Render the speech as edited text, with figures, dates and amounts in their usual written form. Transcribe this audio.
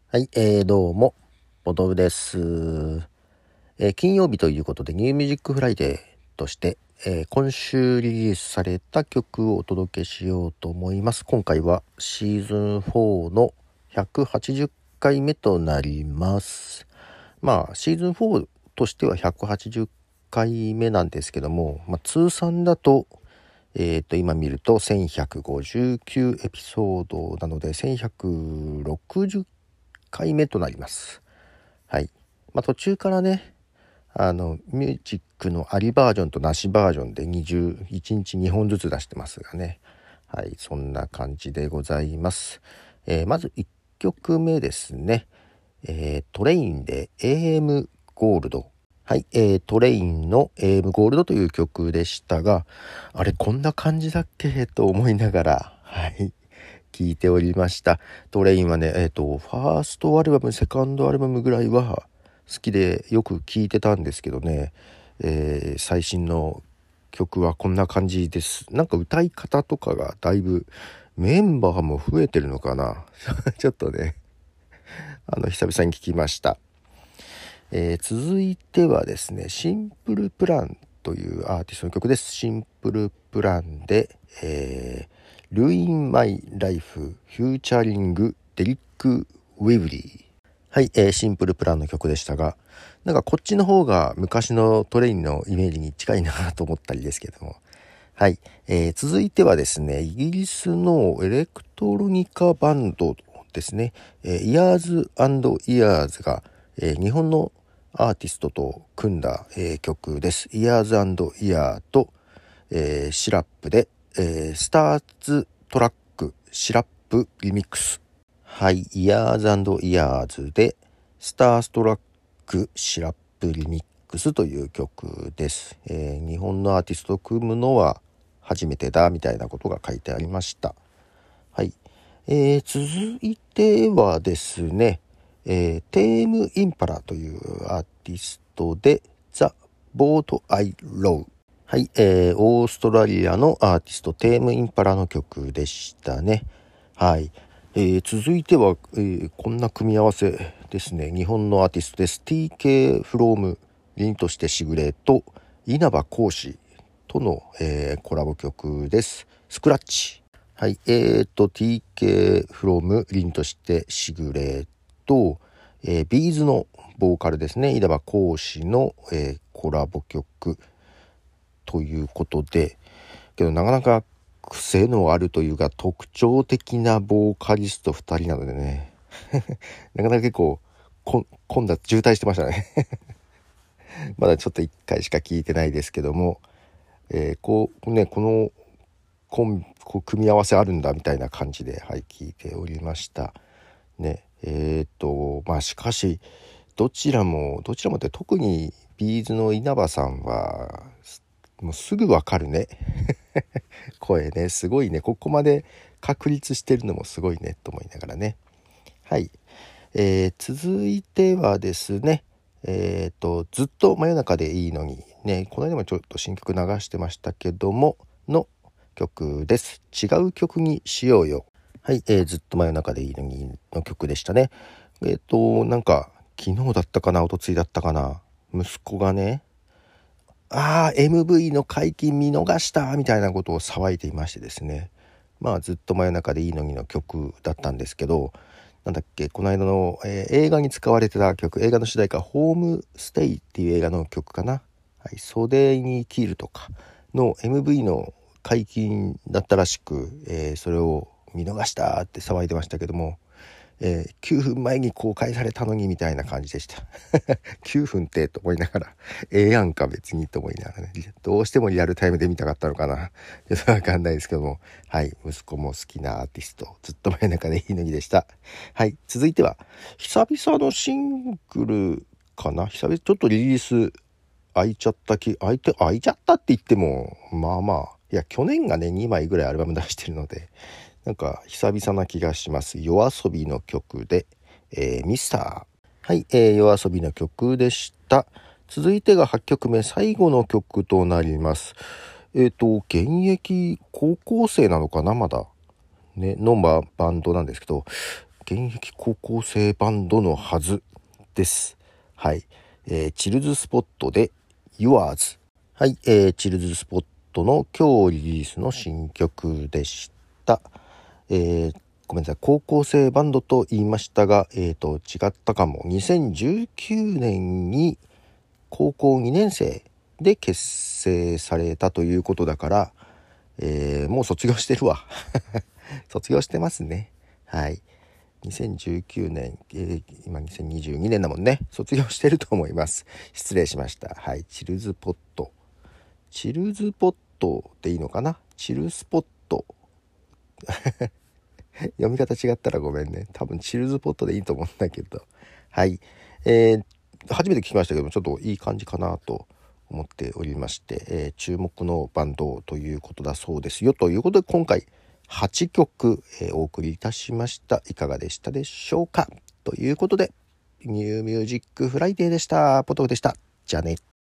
はい、どうも、ボトルです。金曜日ということで、ニューミュージックフライデーとして、今週リリースされた曲をお届けしようと思います。今回はシーズン4の180回目となります。まあ、シーズン4としては180回目なんですけども、通算だと、今見ると1159エピソードなので1160回目となります。はい。途中からね、ミュージックのありバージョンとなしバージョンで1日2本ずつ出してますがね。はい、そんな感じでございます。まず1曲目ですね。トレインで AM ゴールド。はい、トレインの AM ゴールドという曲でしたが、あれこんな感じだっけと思いながら、はい、聞いておりました。トレインはね、ファーストアルバム、セカンドアルバムぐらいは好きでよく聞いてたんですけどね、最新の曲はこんな感じです。なんか歌い方とかがだいぶメンバーも増えてるのかなちょっとね、久々に聞きました。続いてはですね、シンプルプランというアーティストの曲です。シンプルプランで、ルインマイライフフューチャリングデリック・ウェブリー。はい、シンプルプランの曲でしたが、なんかこっちの方が昔のトレインのイメージに近いなと思ったりですけども。はい、続いてはですね、イギリスのエレクトロニカバンドですね、イヤーズ&イヤーズが、日本のアーティストと組んだ、曲です。イヤーズ&イヤーと、シラップで、スターズトラックシラップリミックス。はい、イヤーズ&イヤーズでスターストラックシラップリミックスという曲です。日本のアーティストと組むのは初めてだみたいなことが書いてありました。はい、続いてはですね、テームインパラというアーティストでザ・ボート・アイ・ロウ。はい、オーストラリアのアーティストテームインパラの曲でしたね。はい、続いては、こんな組み合わせですね。日本のアーティストです。 TK フローム凛としてしぐれと稲葉浩志との、コラボ曲です。スクラッチ。はい、TK フローム凛としてしぐれと、ビーズのボーカルですね、稲葉浩志の、コラボ曲ということで、けどなかなか癖のあるというか特徴的なボーカリスト2人なのでねなかなか結構混雑渋滞してましたねまだちょっと1回しか聞いてないですけども、この組み合わせあるんだみたいな感じで、はい、聞いておりましたね。しかしどちらもって特にビーズの稲葉さんはもうすぐわかるね声ね、すごいね、ここまで確立してるのもすごいねと思いながらね。はい、続いてはですね、ずっと真夜中でいいのにね、この間もちょっと新曲流してましたけどもの曲です。違う曲にしようよ。はい、ずっと真夜中でいいのにの曲でしたね。なんか昨日だったかな、一昨日だったかな、息子がね、MV の解禁見逃したみたいなことを騒いでいましてですね、ずっと真夜中でいいのにの曲だったんですけど、なんだっけ、この間の、映画に使われてた曲、映画の主題歌ホームステイっていう映画の曲かな、はい、袖に切るとかの MV の解禁だったらしく、それを見逃したって騒いでましたけども、9分前に公開されたのにみたいな感じでした9分ってと思いながらやんか別にと思いながらね、どうしてもリアルタイムで見たかったのかな、よくわかんないですけども、はい、息子も好きなアーティストずっと真夜中でいいのにでした。はい、続いては久々のシングルかな。久々ちょっとリリース空いちゃったって言ってもいや去年がね2枚ぐらいアルバム出してるので、なんか久々な気がします。夜遊びの曲で、ミスター。はい、夜遊びの曲でした。続いてが8曲目、最後の曲となります。現役高校生なのかな、まだねのバンドなんですけど、 現役高校生バンドのはずです。はい、チルズスポットで Yours。はい、チルズスポットの今日リリースの新曲でした。ごめんなさい、高校生バンドと言いましたが、違ったかも。2019年に高校2年生で結成されたということだから、もう卒業してるわ卒業してますね。はい、2019年、今2022年だもんね。卒業してると思います。失礼しました。はい、チルズポットでいいのかな。チルスポット読み方違ったらごめんね。多分チルズポットでいいと思うんだけど、はい、初めて聞きましたけども、ちょっといい感じかなと思っておりまして、注目のバンドということだそうですよ。ということで今回8曲、お送りいたしました。いかがでしたでしょうか。ということでニューミュージックフライデーでした。ポトフでした。じゃあね。